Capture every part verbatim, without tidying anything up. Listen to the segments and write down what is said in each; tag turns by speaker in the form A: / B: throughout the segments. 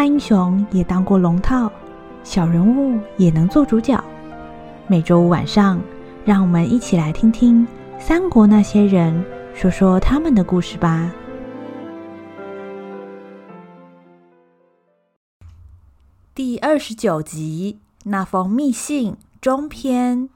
A: 英雄也当过龙套，小人物也能做主角。每周五晚上，让我们一起来听听三国那些人说说他们的故事吧。第二十九集，那封密信中篇。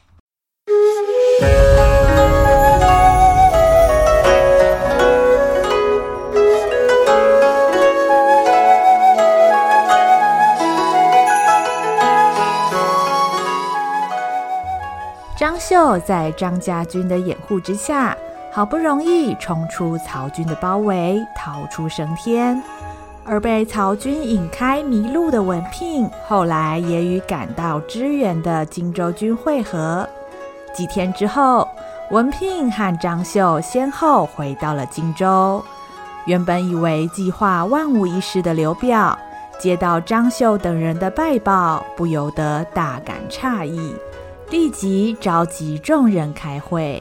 A: 张绣在张家军的掩护之下，好不容易冲出曹军的包围，逃出升天。而被曹军引开迷路的文聘，后来也与赶到支援的荆州军会合。几天之后，文聘和张绣先后回到了荆州。原本以为计划万无一失的刘表，接到张绣等人的拜报，不由得大感诧异，立即召集众人开会。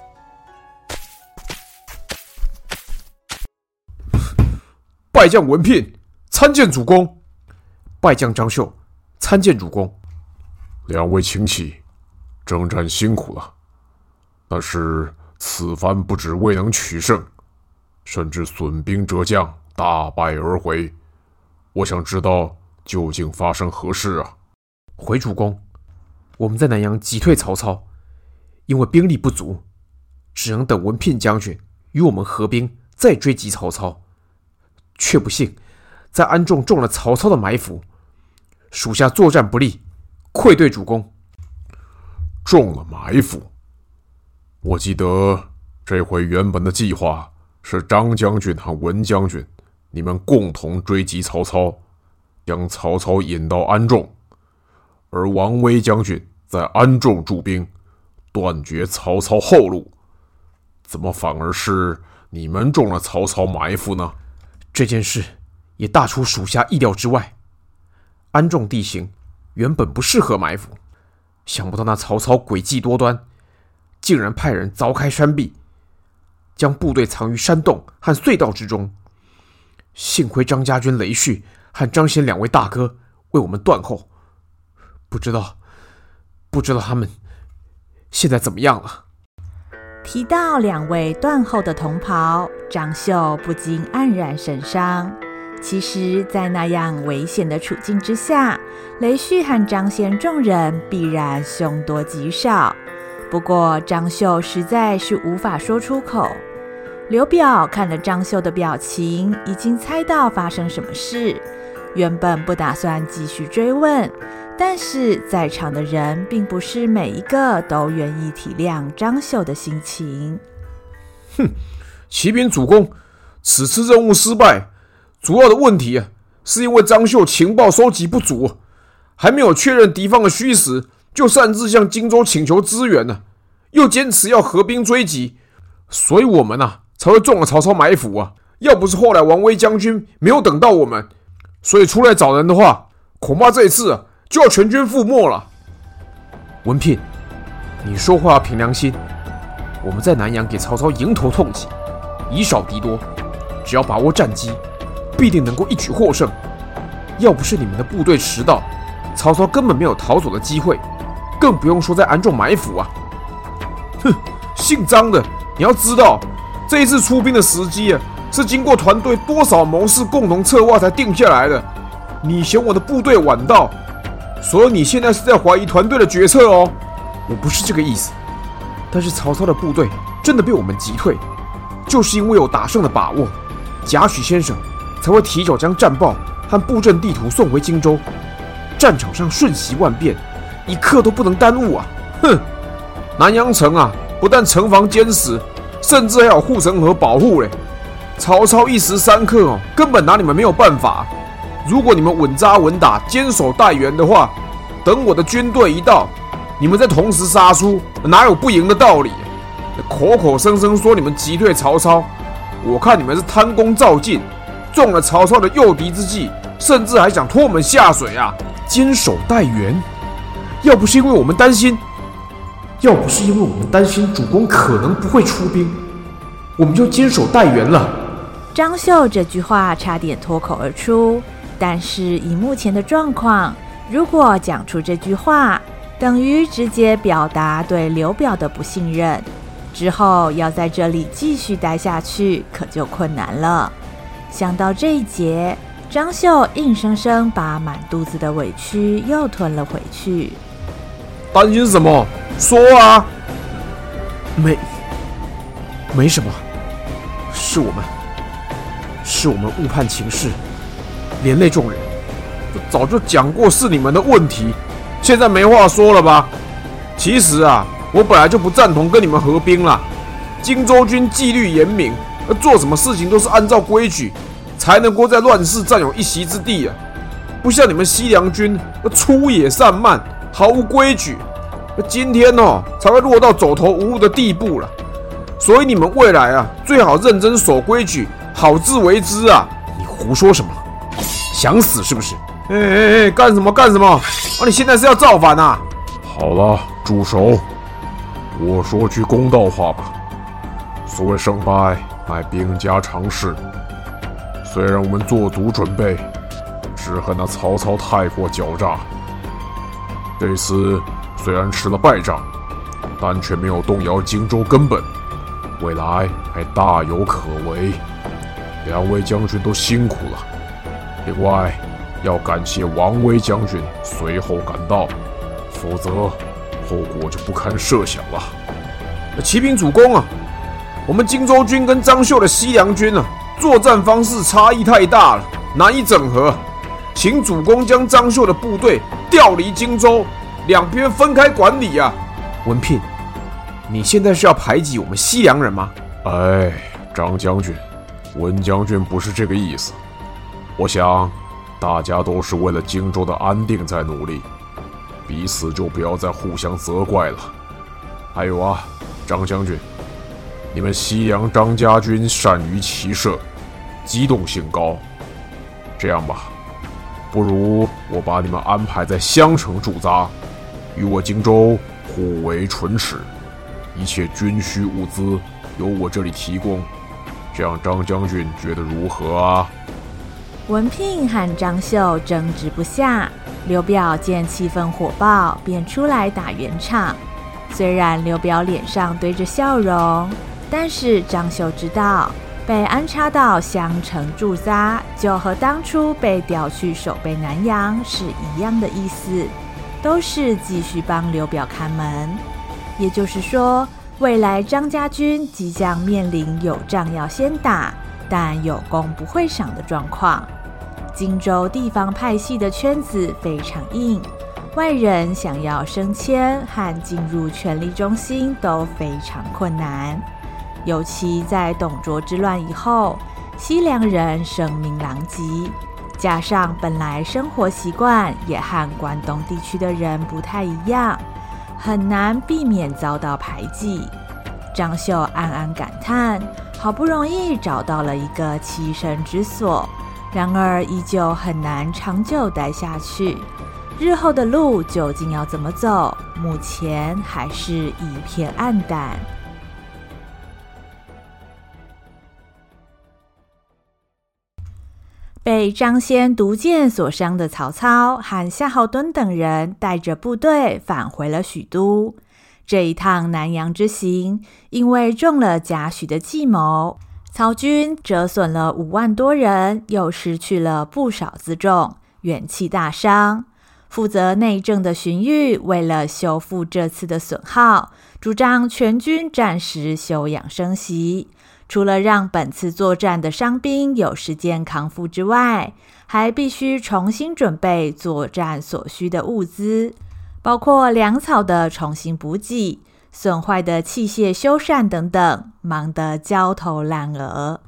B: 败将文聘参见主公，败将张绣参见主公。
C: 两位请起，征战辛苦了，但是此番不止未能取胜，甚至损兵折将，大败而回。我想知道究竟发生何事啊？
B: 回主公，我们在南阳击退曹操，因为兵力不足，只能等文聘将军与我们合兵，再追击曹操。却不幸在安众中了曹操的埋伏，属下作战不利，愧对主公。
C: 中了埋伏？我记得这回原本的计划是张将军和文将军你们共同追击曹操，将曹操引到安众，而王威将军在安众驻兵，断绝曹操后路。怎么反而是你们中了曹操埋伏呢？
B: 这件事也大出属下意料之外。安众地形原本不适合埋伏，想不到那曹操诡计多端，竟然派人凿开山壁，将部队藏于山洞和隧道之中。幸亏张家军雷旭和张显两位大哥为我们断后，不知道不知道他们现在怎么样了。
A: 提到两位断后的同袍，张绣不禁黯然神伤。其实在那样危险的处境之下，雷旭和张显众人必然凶多吉少，不过张绣实在是无法说出口。刘表看了张绣的表情，已经猜到发生什么事，原本不打算继续追问，但是在场的人并不是每一个都愿意体谅张绣的心情。
B: 哼，启禀主公，此次任务失败，主要的问题啊，是因为张绣情报收集不足，还没有确认敌方的虚实，就擅自向荆州请求支援呢，又坚持要合兵追击，所以我们啊才会中了曹操埋伏啊。要不是后来王威将军没有等到我们，所以出来找人的话，恐怕这一次啊就要全军覆没了。文聘，你说话要凭良心。我们在南阳给曹操迎头痛击，以少敌多，只要把握战机，必定能够一举获胜。要不是你们的部队迟到，曹操根本没有逃走的机会，更不用说在安众埋伏啊。哼，姓张的，你要知道，这一次出兵的时机啊，是经过团队多少谋士共同策划才定下来的。你嫌我的部队晚到，所以你现在是在怀疑团队的决策哦。我不是这个意思，但是曹操的部队真的被我们击退，就是因为有打胜的把握，贾诩先生才会提早将战报和布阵地图送回荆州。战场上瞬息万变，一刻都不能耽误啊！哼，南阳城啊，不但城防坚实，甚至还有护城河保护嘞。曹操一时三刻哦，根本拿你们没有办法。如果你们稳扎稳打，坚守待援的话，等我的军队一到，你们再同时杀出，哪有不赢的道理？口口声声说你们击退曹操，我看你们是贪功照进，中了曹操的诱敌之计，甚至还想拖我们下水啊！坚守待援，要不是因为我们担心，要不是因为我们担心主公可能不会出兵，我们就坚守待援了。
A: 张绣这句话差点脱口而出， 但是以目前的状况，如果讲出这句话，等于直接表达对刘表的不信任，之后要在这里继续待下去，可就困难了。想到这一节，张绣硬生生把满肚子的委屈又吞了回去。
B: 担心什么？说啊！
D: 没，没什么，是我们，是我们误判情势，连累众人。
B: 早就讲过是你们的问题，现在没话说了吧？其实啊，我本来就不赞同跟你们合兵啦。荆州军纪律严明，做什么事情都是按照规矩，才能够在乱世占有一席之地啊！不像你们西凉军粗野散漫，毫无规矩，今天哦才会落到走投无路的地步了。所以你们未来啊，最好认真守规矩，好自为之啊！
D: 你胡说什么？想死是不是？
B: 哎哎哎，干什么干什么？啊，你现在是要造反啊？
C: 好了，住手！我说句公道话吧，所谓胜败乃兵家常事。虽然我们做足准备，只恨那曹操太过狡诈。这次虽然吃了败仗，但却没有动摇荆州根本，未来还大有可为。两位将军都辛苦了，另外要感谢王威将军随后赶到，否则后果就不堪设想了。
B: 启禀主公啊，我们荆州军跟张绣的西凉军啊，作战方式差异太大了，难以整合。请主公将张绣的部队调离荆州，两边分开管理啊！
D: 文聘，你现在是要排挤我们西凉人吗？
C: 哎，张将军，文将军不是这个意思。我想，大家都是为了荆州的安定在努力，彼此就不要再互相责怪了。还有啊，张将军，你们西凉张家军善于骑射，机动性高。这样吧，不如我把你们安排在襄城驻扎，与我荆州互为唇齿，一切军需物资由我这里提供。这样张将军觉得如何啊？
A: 文聘和张绣争执不下，刘表见气氛火爆，便出来打圆场。虽然刘表脸上堆着笑容，但是张绣知道，被安插到襄城驻扎，就和当初被调去守备南阳是一样的意思，都是继续帮刘表看门。也就是说，未来张家军即将面临有仗要先打，但有功不会赏的状况。荆州地方派系的圈子非常硬，外人想要升迁和进入权力中心都非常困难。尤其在董卓之乱以后，西凉人声名狼藉，加上本来生活习惯也和关东地区的人不太一样，很难避免遭到排挤。张绣暗暗感叹，好不容易找到了一个栖身之所，然而依旧很难长久待下去。日后的路究竟要怎么走，目前还是一片暗淡。被张先毒箭所伤的曹操和夏侯惇等人带着部队返回了许都。这一趟南阳之行，因为中了贾诩的计谋，曹军折损了五万多人，又失去了不少辎重，元气大伤。负责内政的荀彧为了修复这次的损耗，主张全军暂时休养生息。除了让本次作战的伤兵有时间康复之外，还必须重新准备作战所需的物资，包括粮草的重新补给、损坏的器械修缮等等，忙得焦头烂额。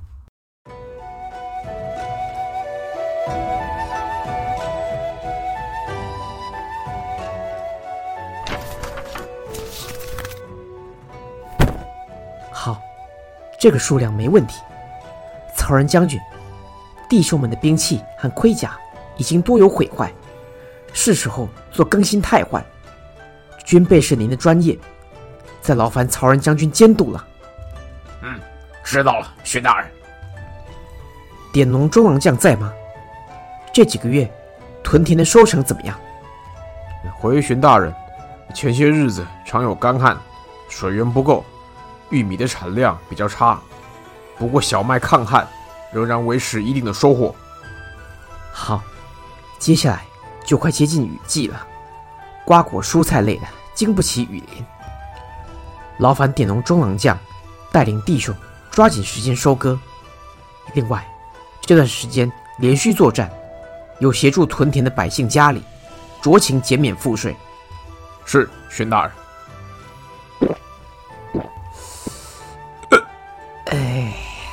D: 好，这个数量没问题。曹仁将军，弟兄们的兵器和盔甲已经多有毁坏，是时候做更新汰换。军备是您的专业，再劳烦曹仁将军监督了。
E: 嗯，知道了，徐大人。
D: 典农中郎将在吗？ 这几个月屯田的收成怎么样？
B: 回玄大人，前些日子常有干旱，水源不够，玉米的产量比较差。不过小麦抗旱，仍然维持一定的收获。
D: 好，接下来就快接近雨季了，瓜果蔬菜类的经不起雨淋。劳烦佃农中郎将带领弟兄抓紧时间收割。另外，这段时间连续作战，有协助屯田的百姓家里酌情减免赋税。
B: 是，玄大人。
D: 哎，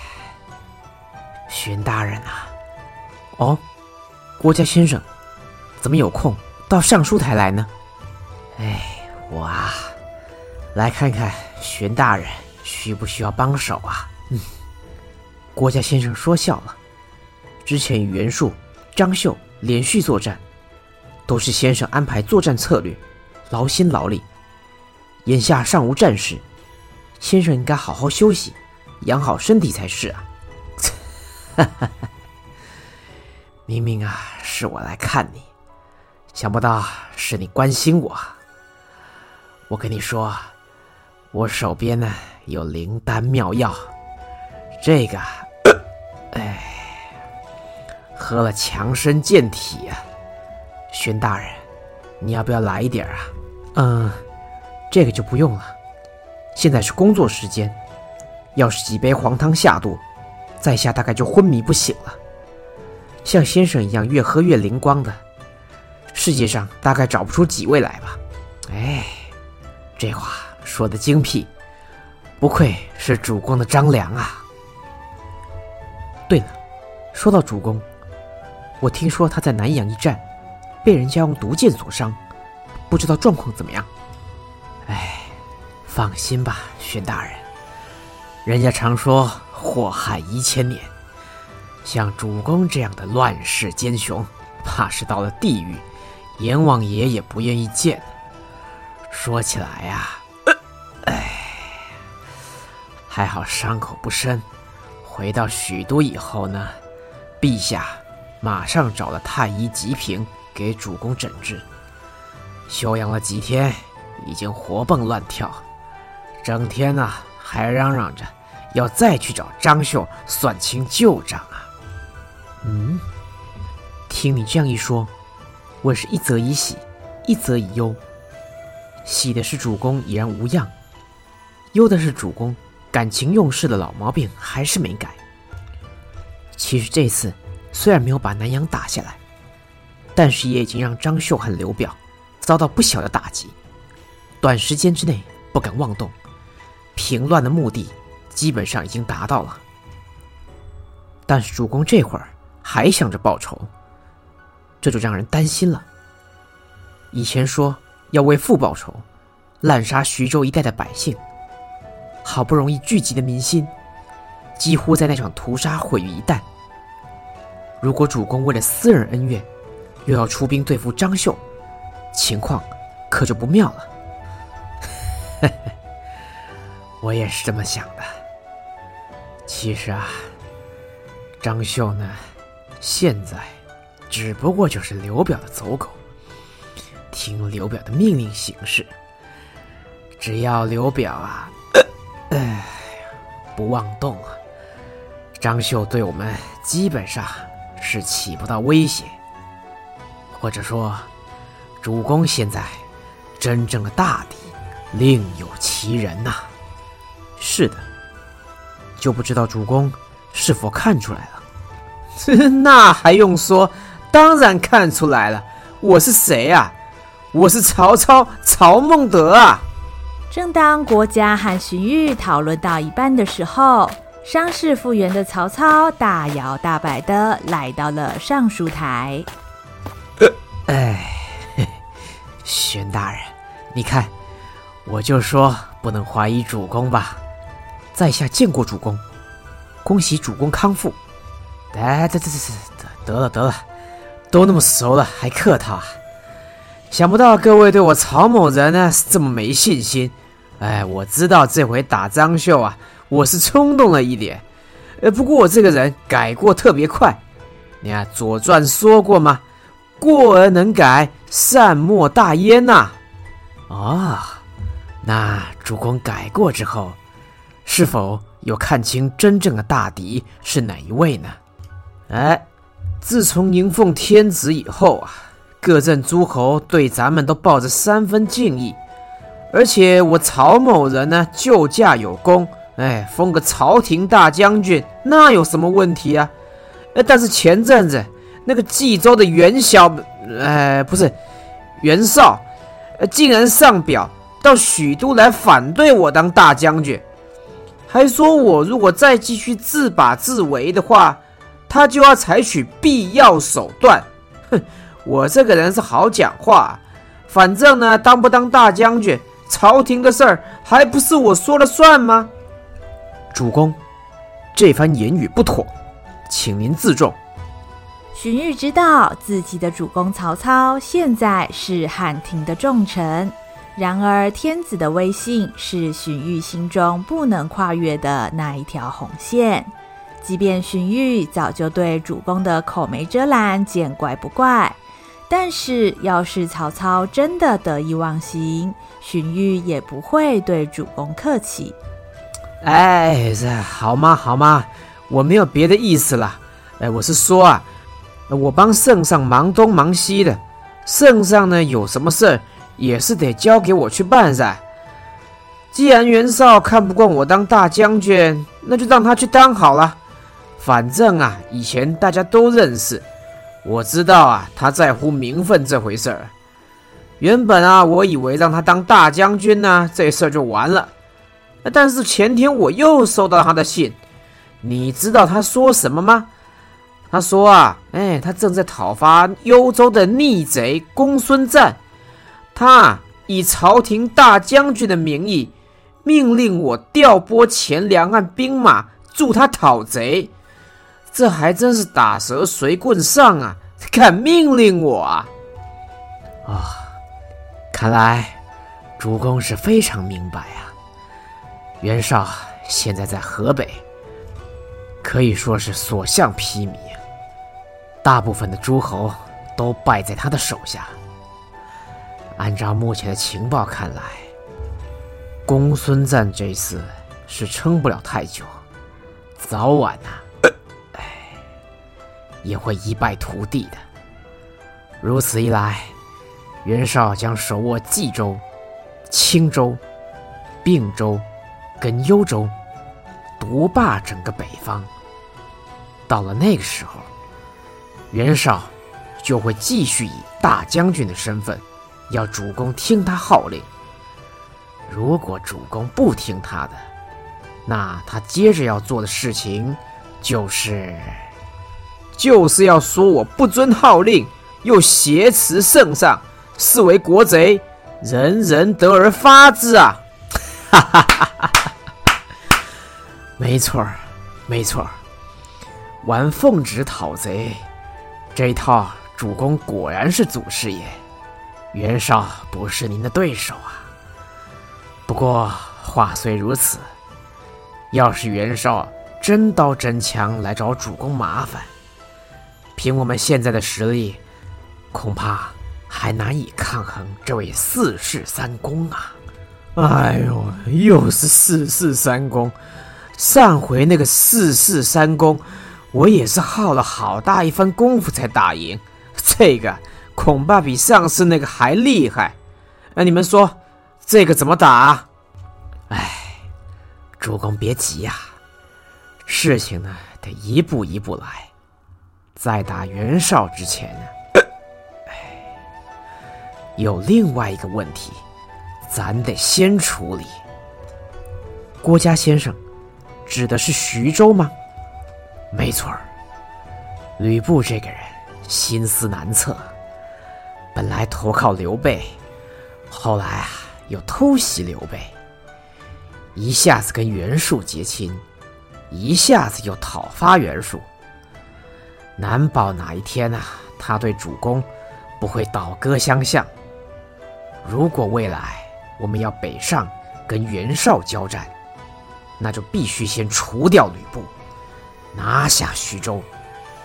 D: 玄大人啊，哦，郭家先生，怎么有空到上书台来呢？哎，我啊，来看看玄大人需不需要帮手啊？嗯，郭家先生说笑了。之前与袁术、张绣连续作战，都是先生安排作战策略，劳心劳力。眼下尚无战事，先生应该好好休息，养好身体才是啊。明明啊，是我来看你，想不到是你关心我。我跟你说，我手边呢有灵丹妙药，这个，哎，喝了强身健体啊。玄大人，你要不要来一点啊？嗯，这个就不用了，现在是工作时间，要是几杯黄汤下肚，在下大概就昏迷不醒了。像先生一样越喝越灵光的，世界上大概找不出几位来吧。哎，这话说得精辟，不愧是主公的张良啊。对了，说到主公，我听说他在南阳一战被人家用毒箭所伤，不知道状况怎么样。哎，放心吧，玄大人，人家常说祸害一千年，像主公这样的乱世奸雄，怕是到了地狱，阎王爷也不愿意见。说起来呀、啊，哎，还好伤口不深。回到许都以后呢，陛下马上找了太医吉平给主公诊治，休养了几天，已经活蹦乱跳，整天呢、啊、还嚷嚷着要再去找张绣算清旧账啊。嗯，听你这样一说，我是一则以喜，一则以忧。喜的是主公已然无恙，忧的是主公感情用事的老毛病还是没改。其实这次虽然没有把南阳打下来，但是也已经让张绣和刘表遭到不小的打击，短时间之内不敢妄动，平乱的目的基本上已经达到了。但是主公这会儿还想着报仇，这就让人担心了。以前说要为父报仇，滥杀徐州一带的百姓，好不容易聚集的民心，几乎在那场屠杀毁于一旦。如果主公为了私人恩怨，又要出兵对付张绣，情况可就不妙了。我也是这么想的。其实啊，张绣呢，现在只不过就是刘表的走狗，听刘表的命令行事。只要刘表啊，呃呃、不妄动啊，张绣对我们基本上是起不到威胁。或者说，主公现在真正的大敌另有其人呐、啊。是的，就不知道主公是否看出来了。那还用说，当然看出来了。我是谁啊？我是曹操，曹孟德啊。
A: 正当郭嘉和荀彧讨论到一半的时候，伤势复原的曹操大摇大摆地来到了上书台。
D: 哎，玄大人，你看，我就说不能怀疑主公吧。在下见过主公，恭喜主公康复。哎，这这这这，得了得了，都那么熟了，还客套啊？想不到各位对我曹某人呢是这么没信心。哎，我知道这回打张绣啊，我是冲动了一点。呃，不过我这个人改过特别快， 你看《左传》说过嘛，过而能改，善莫大焉呐、啊。哦，那主公改过之后，是否有看清真正的大敌是哪一位呢？哎，自从迎奉天子以后啊，各镇诸侯对咱们都抱着三分敬意，而且我曹某人呢救驾有功，哎，封个朝廷大将军，那有什么问题啊？呃，但是前阵子那个冀州的袁小，呃，不是袁绍，呃，竟然上表到许都来反对我当大将军，还说我如果再继续自把自为的话，他就要采取必要手段。哼，我这个人是好讲话，反正呢，当不当大将军，朝廷的事儿还不是我说了算吗？主公，这番言语不妥，请您自重。
A: 荀彧知道自己的主公曹操现在是汉廷的重臣，然而天子的威信是荀彧心中不能跨越的那一条红线。即便荀彧早就对主公的口没遮拦见怪不怪，但是要是曹操真的得意忘形，荀彧也不会对主公客气。
D: 哎，这好吗好吗，我没有别的意思了。哎，我是说啊，我帮圣上忙东忙西的，圣上呢有什么事儿也是得交给我去办噻。既然袁绍看不惯我当大将军，那就让他去当好了。反正啊，以前大家都认识，我知道啊，他在乎名分这回事儿。原本啊，我以为让他当大将军呢，这事儿就完了。但是前天我又收到他的信，你知道他说什么吗？他说啊，哎，他正在讨伐幽州的逆贼公孙瓒，他以朝廷大将军的名义，命令我调拨前两岸兵马助他讨贼。这还真是打蛇随棍上啊，敢命令我啊！啊、哦，看来主公是非常明白啊。袁绍现在在河北，可以说是所向披靡，大部分的诸侯都败在他的手下。按照目前的情报看来，公孙瓒这次是撑不了太久，早晚啊，哎，也会一败涂地的。如此一来，袁绍将手握冀州、青州、并州跟幽州，独霸整个北方。到了那个时候，袁绍就会继续以大将军的身份，要主公听他号令。如果主公不听他的，那他接着要做的事情就是就是要说我不遵号令，又挟持圣上，视为国贼，人人得而发之啊！哈哈哈哈！没错没错，玩奉旨讨贼这一套，主公果然是祖师爷。袁绍不是您的对手啊。不过话虽如此，要是袁绍真刀真枪来找主公麻烦，凭我们现在的实力，恐怕还难以抗衡这位四世三公啊！哎呦，又是四世三公！上回那个四世三公，我也是耗了好大一番功夫才打赢，这个恐怕比上次那个还厉害。那你们说，这个怎么打啊？哎，主公别急呀、啊，事情呢得一步一步来。在打袁绍之前呢，哎，有另外一个问题，咱得先处理。郭嘉先生指的是徐州吗？没错，吕布这个人心思难测，本来投靠刘备，后来啊又偷袭刘备，一下子跟袁术结亲，一下子又讨伐袁术，难保哪一天啊，他对主公不会倒戈相向。如果未来我们要北上跟袁绍交战，那就必须先除掉吕布，拿下徐州。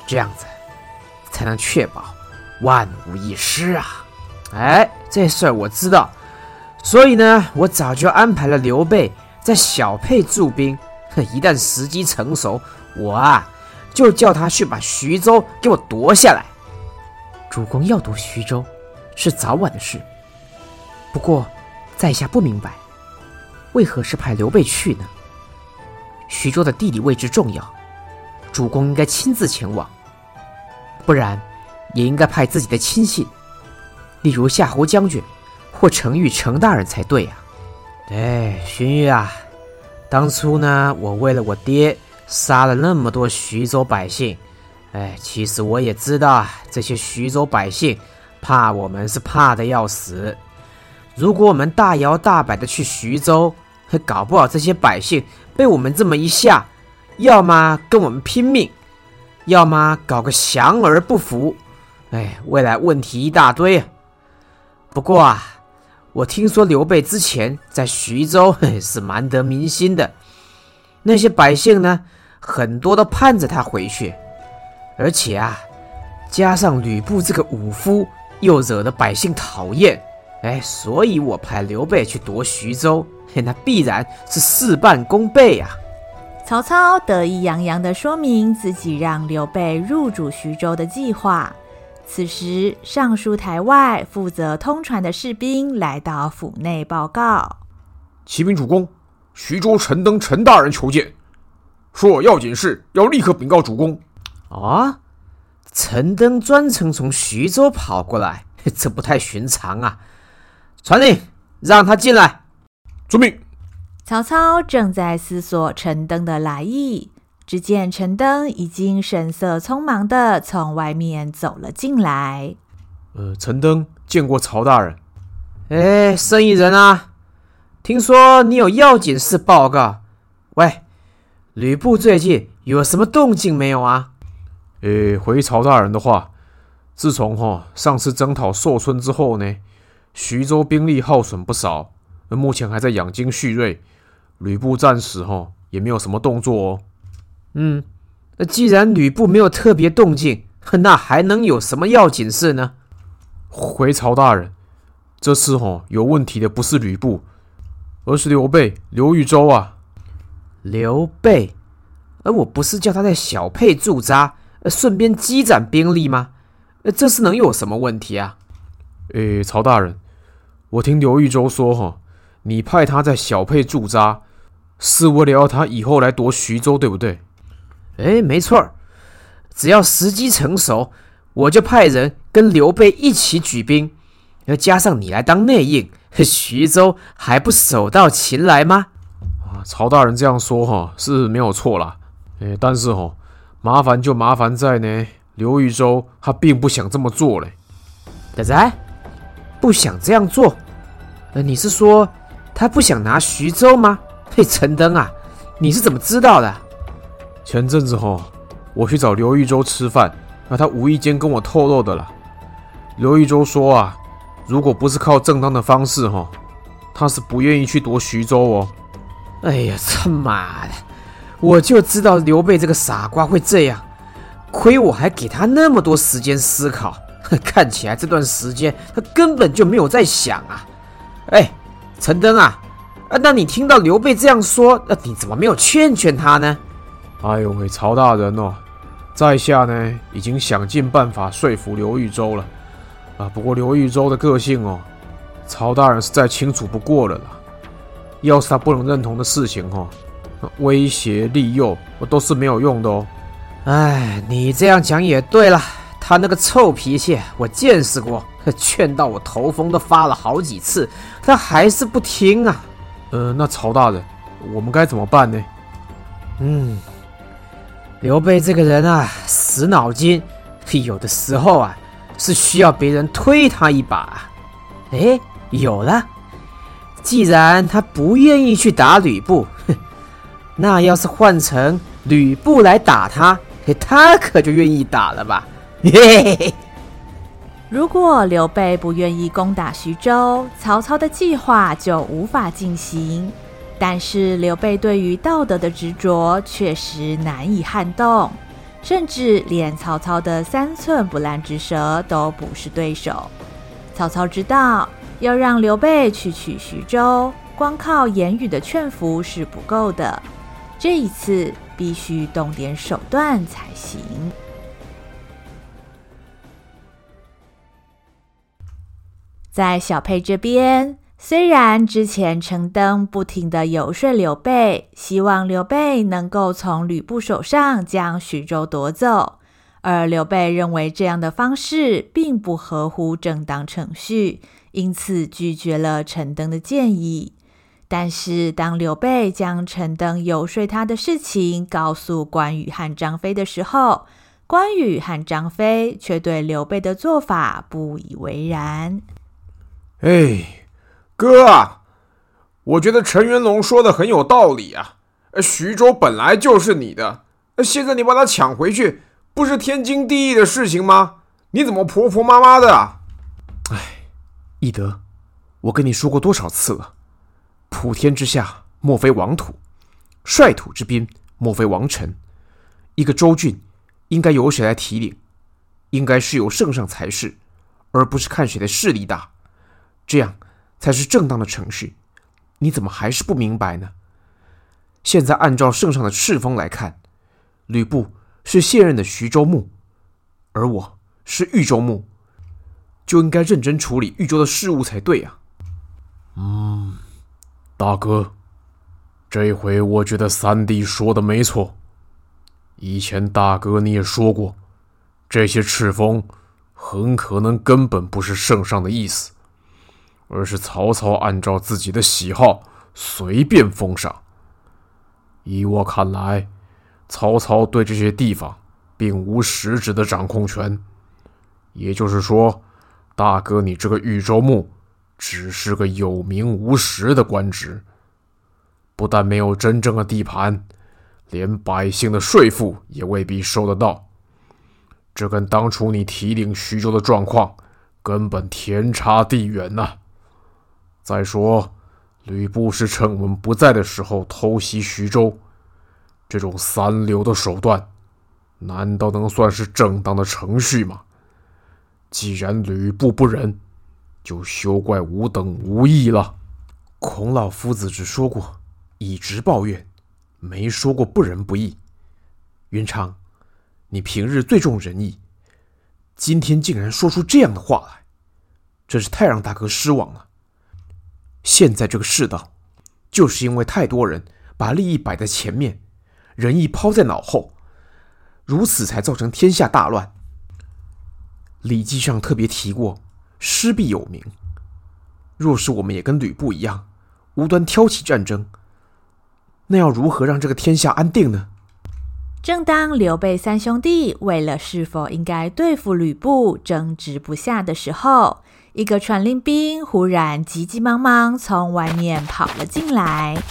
D: 这样子才能确保万无一失啊！哎，这事儿我知道，所以呢，我早就安排了刘备在小沛驻兵。一旦时机成熟，我啊就叫他去把徐州给我夺下来。主公要夺徐州是早晚的事，不过在下不明白，为何是派刘备去呢？徐州的地理位置重要，主公应该亲自前往，不然也应该派自己的亲信，例如夏侯将军或程昱程大人才对啊。哎，荀彧啊，当初呢，我为了我爹杀了那么多徐州百姓，哎，其实我也知道啊，这些徐州百姓怕我们是怕的要死。如果我们大摇大摆的去徐州，搞不好这些百姓被我们这么一下，要么跟我们拼命，要么搞个降而不服，哎，未来问题一大堆啊。不过啊，我听说刘备之前在徐州是蛮得民心的，那些百姓呢，很多都盼着他回去，而且啊，加上吕布这个武夫又惹得百姓讨厌，哎，所以我派刘备去夺徐州，那必然是事半功倍啊。
A: 曹操得意洋洋地说明自己让刘备入主徐州的计划。此时，尚书台外负责通传的士兵来到府内报告：
B: 启禀主公，徐州陈登陈大人求见，说要紧事要立刻禀告主公。
D: 啊，陈登专程从徐州跑过来，这不太寻常啊！传令，让他进来。
B: 遵命。
A: 曹操正在思索陈登的来意，只见陈登已经神色匆忙地从外面走了进来。
B: 呃，陈登见过曹大人。
D: 哎，生意人啊，听说你有要紧事报告。喂，吕布最近有什么动静没有啊？
B: 诶，回曹大人的话，自从、哦、上次征讨寿春之后呢，徐州兵力耗损不少，目前还在养精蓄锐，吕布暂时、哦、也没有什么动作哦。
D: 嗯，既然吕布没有特别动静，那还能有什么要紧事呢？
B: 回曹大人，这次、哦、有问题的不是吕布，而是刘备刘豫州啊。
D: 刘备？而我不是叫他在小沛驻扎，顺便积攒兵力吗？这是能有什么问题啊？
B: 诶，曹大人，我听刘豫州说、哦、你派他在小沛驻扎，是为了要他以后来夺徐州，对不对？
D: 哎，没错，只要时机成熟，我就派人跟刘备一起举兵，要加上你来当内应，徐州还不手到擒来吗？
B: 啊，曹大人这样说、哦、是没有错啦，诶，但是、哦、麻烦就麻烦在呢，刘豫州他并不想这么做嘞。
D: 仔仔，不想这样做？呃，你是说他不想拿徐州吗？嘿，陈登啊，你是怎么知道的？
B: 前阵子、哦、我去找刘豫州吃饭，那他无意间跟我透露的啦。刘豫州说啊，如果不是靠正当的方式、哦、他是不愿意去夺徐州哦。
D: 哎呀，他妈的！我就知道刘备这个傻瓜会这样，亏我还给他那么多时间思考，看起来这段时间他根本就没有在想啊。哎，陈登啊，啊，那你听到刘备这样说，那你怎么没有劝劝他呢？
B: 哎呦喂，曹大人哦，在下呢已经想尽办法说服刘豫州了啊，不过刘豫州的个性哦，曹大人是再清楚不过了啦。要是他不能认同的事情哦，威胁利诱都是没有用的哦。
D: 哎，你这样讲也对了，他那个臭脾气我见识过，劝到我头风都发了好几次，他还是不听啊。
B: 呃，那曹大人，我们该怎么办呢？
D: 嗯，刘备这个人啊，死脑筋，有的时候啊是需要别人推他一把。哎，有了，既然他不愿意去打吕布，那要是换成吕布来打他，他可就愿意打了吧？嘿嘿嘿。
A: 如果刘备不愿意攻打徐州，曹操的计划就无法进行。但是刘备对于道德的执着确实难以撼动， 甚至连曹操的三寸不烂之舌都不是对手。曹操知道要让刘备去取徐州，光靠言语的劝服是不够的，这一次必须动点手段才行。在小沛这边，虽然之前程登不停地游说刘备，希望刘备能够从吕布手上将徐州夺走，而刘备认为这样的方式并不合乎正当程序，因此拒绝了程登的建议。但是当刘备将程登游说他的事情告诉关羽和张飞的时候，关羽和张飞却对刘备的做法不以为然。
B: 哎，哥啊，我觉得陈元龙说的很有道理啊。徐州本来就是你的，现在你把它抢回去，不是天经地义的事情吗？你怎么婆婆妈妈的啊？
C: 哎，翼德，我跟你说过多少次了，普天之下莫非王土，率土之滨莫非王臣。一个州郡应该由谁来提领？应该是由圣上才是，而不是看谁的势力大，这样才是正当的程序。你怎么还是不明白呢？现在按照圣上的敕封来看，吕布是现任的徐州牧，而我是豫州牧，就应该认真处理豫州的事务才对啊。嗯，大哥，这回我觉得三弟说的没错。以前大哥你也说过，这些敕封很可能根本不是圣上的意思，而是曹操按照自己的喜好随便封赏。依我看来，曹操对这些地方并无实质的掌控权，也就是说，大哥你这个豫州牧只是个有名无实的官职，不但没有真正的地盘，连百姓的税赋也未必收得到。这跟当初你提领徐州的状况根本天差地远呐、啊！再说，吕布是趁我们不在的时候偷袭徐州，这种三流的手段，难道能算是正当的程序吗？既然吕布不仁，就休怪吾等无义了。孔老夫子只说过以直报怨，没说过不仁不义。云长，你平日最重仁义，今天竟然说出这样的话来，真是太让大哥失望了。现在这个世道，就是因为太多人把利益摆在前面，仁义抛在脑后，如此才造成天下大乱。礼记上特别提过，失必有名。若是我们也跟吕布一样，无端挑起战争，那要如何让这个天下安定呢？
A: 正当刘备三兄弟为了是否应该对付吕布争执不下的时候，一个传令兵忽然急急忙忙从外面跑了进来。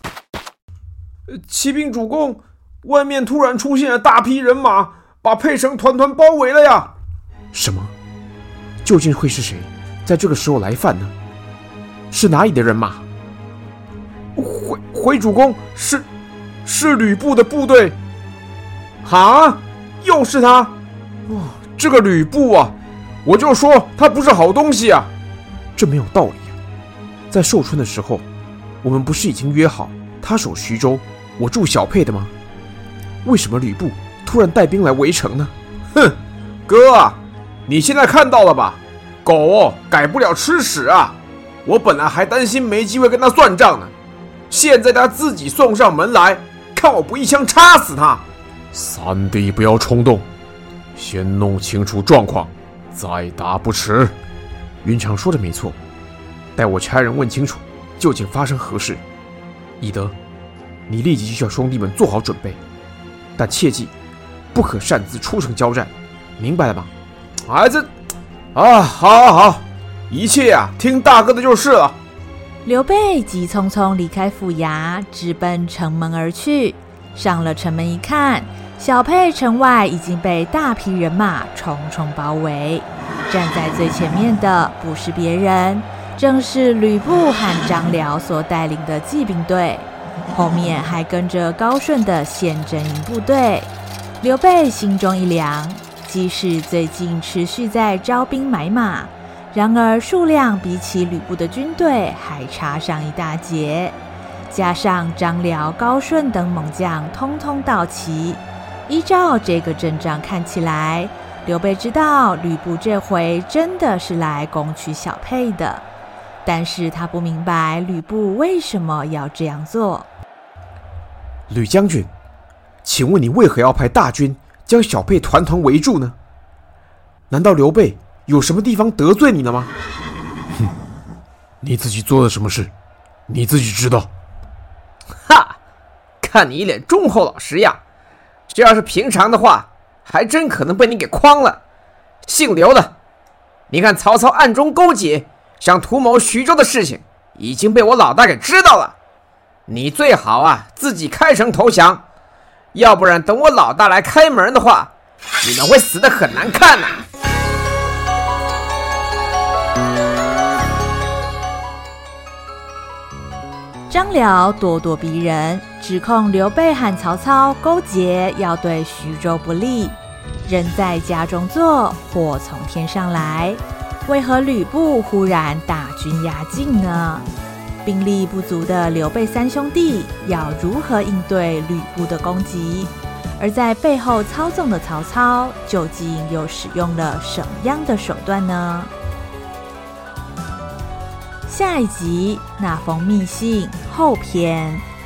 B: 启禀主公，外面突然出现了大批人马，把沛城团团包围了呀！
C: 什么？究竟会是谁在这个时候来犯呢？是哪里的人马？
B: 回回主公，是是吕布的部队。哈，又是他！哦，这个吕布啊，我就说他不是好东西啊！
C: 这没有道理啊！在寿春的时候，我们不是已经约好他守徐州，我驻小沛的吗？为什么吕布突然带兵来围城呢？
B: 哼，哥啊，你现在看到了吧？狗哦，改不了吃屎啊！我本来还担心没机会跟他算账呢，现在他自己送上门来，看我不一枪插死他！
C: 三弟不要冲动，先弄清楚状况，再打不迟。云长说的没错，待我差人问清楚究竟发生何事。翼德，你立即就叫兄弟们做好准备，但切记不可擅自出城交战，明白了吗？
B: 哎，这啊，好好好，一切啊听大哥的就是了。
A: 刘备急匆匆离开府衙，直奔城门而去。上了城门一看，小沛城外已经被大批人马重重包围，站在最前面的不是别人，正是吕布和张辽所带领的骑兵队，后面还跟着高顺的县阵营部队。 刘备心中一凉，即使最近持续在招兵买马，然而数量比起吕布的军队还差上一大截，加上张辽、高顺等猛将通通到齐，依照这个阵仗看起来，刘备知道吕布这回真的是来攻取小沛的，但是他不明白吕布为什么要这样做。
B: 吕将军，请问你为何要派大军将小沛团团围住呢？难道刘备有什么地方得罪你了吗？
C: 哼，你自己做了什么事，你自己知道。
D: 哈，看你一脸忠厚老实样，这要是平常的话，还真可能被你给诓了。姓刘的，你看曹操暗中勾结，想图谋徐州的事情，已经被我老大给知道了。你最好啊自己开城投降，要不然等我老大来开门的话，你们会死得很难看呐、啊。
A: 张辽咄咄逼人，指控刘备和曹操勾结，要对徐州不利。人在家中坐，祸从天上来。为何吕布忽然大军压境呢？兵力不足的刘备三兄弟要如何应对吕布的攻击？而在背后操纵的曹操，究竟又使用了什么样的手段呢？下一集那封密信后篇。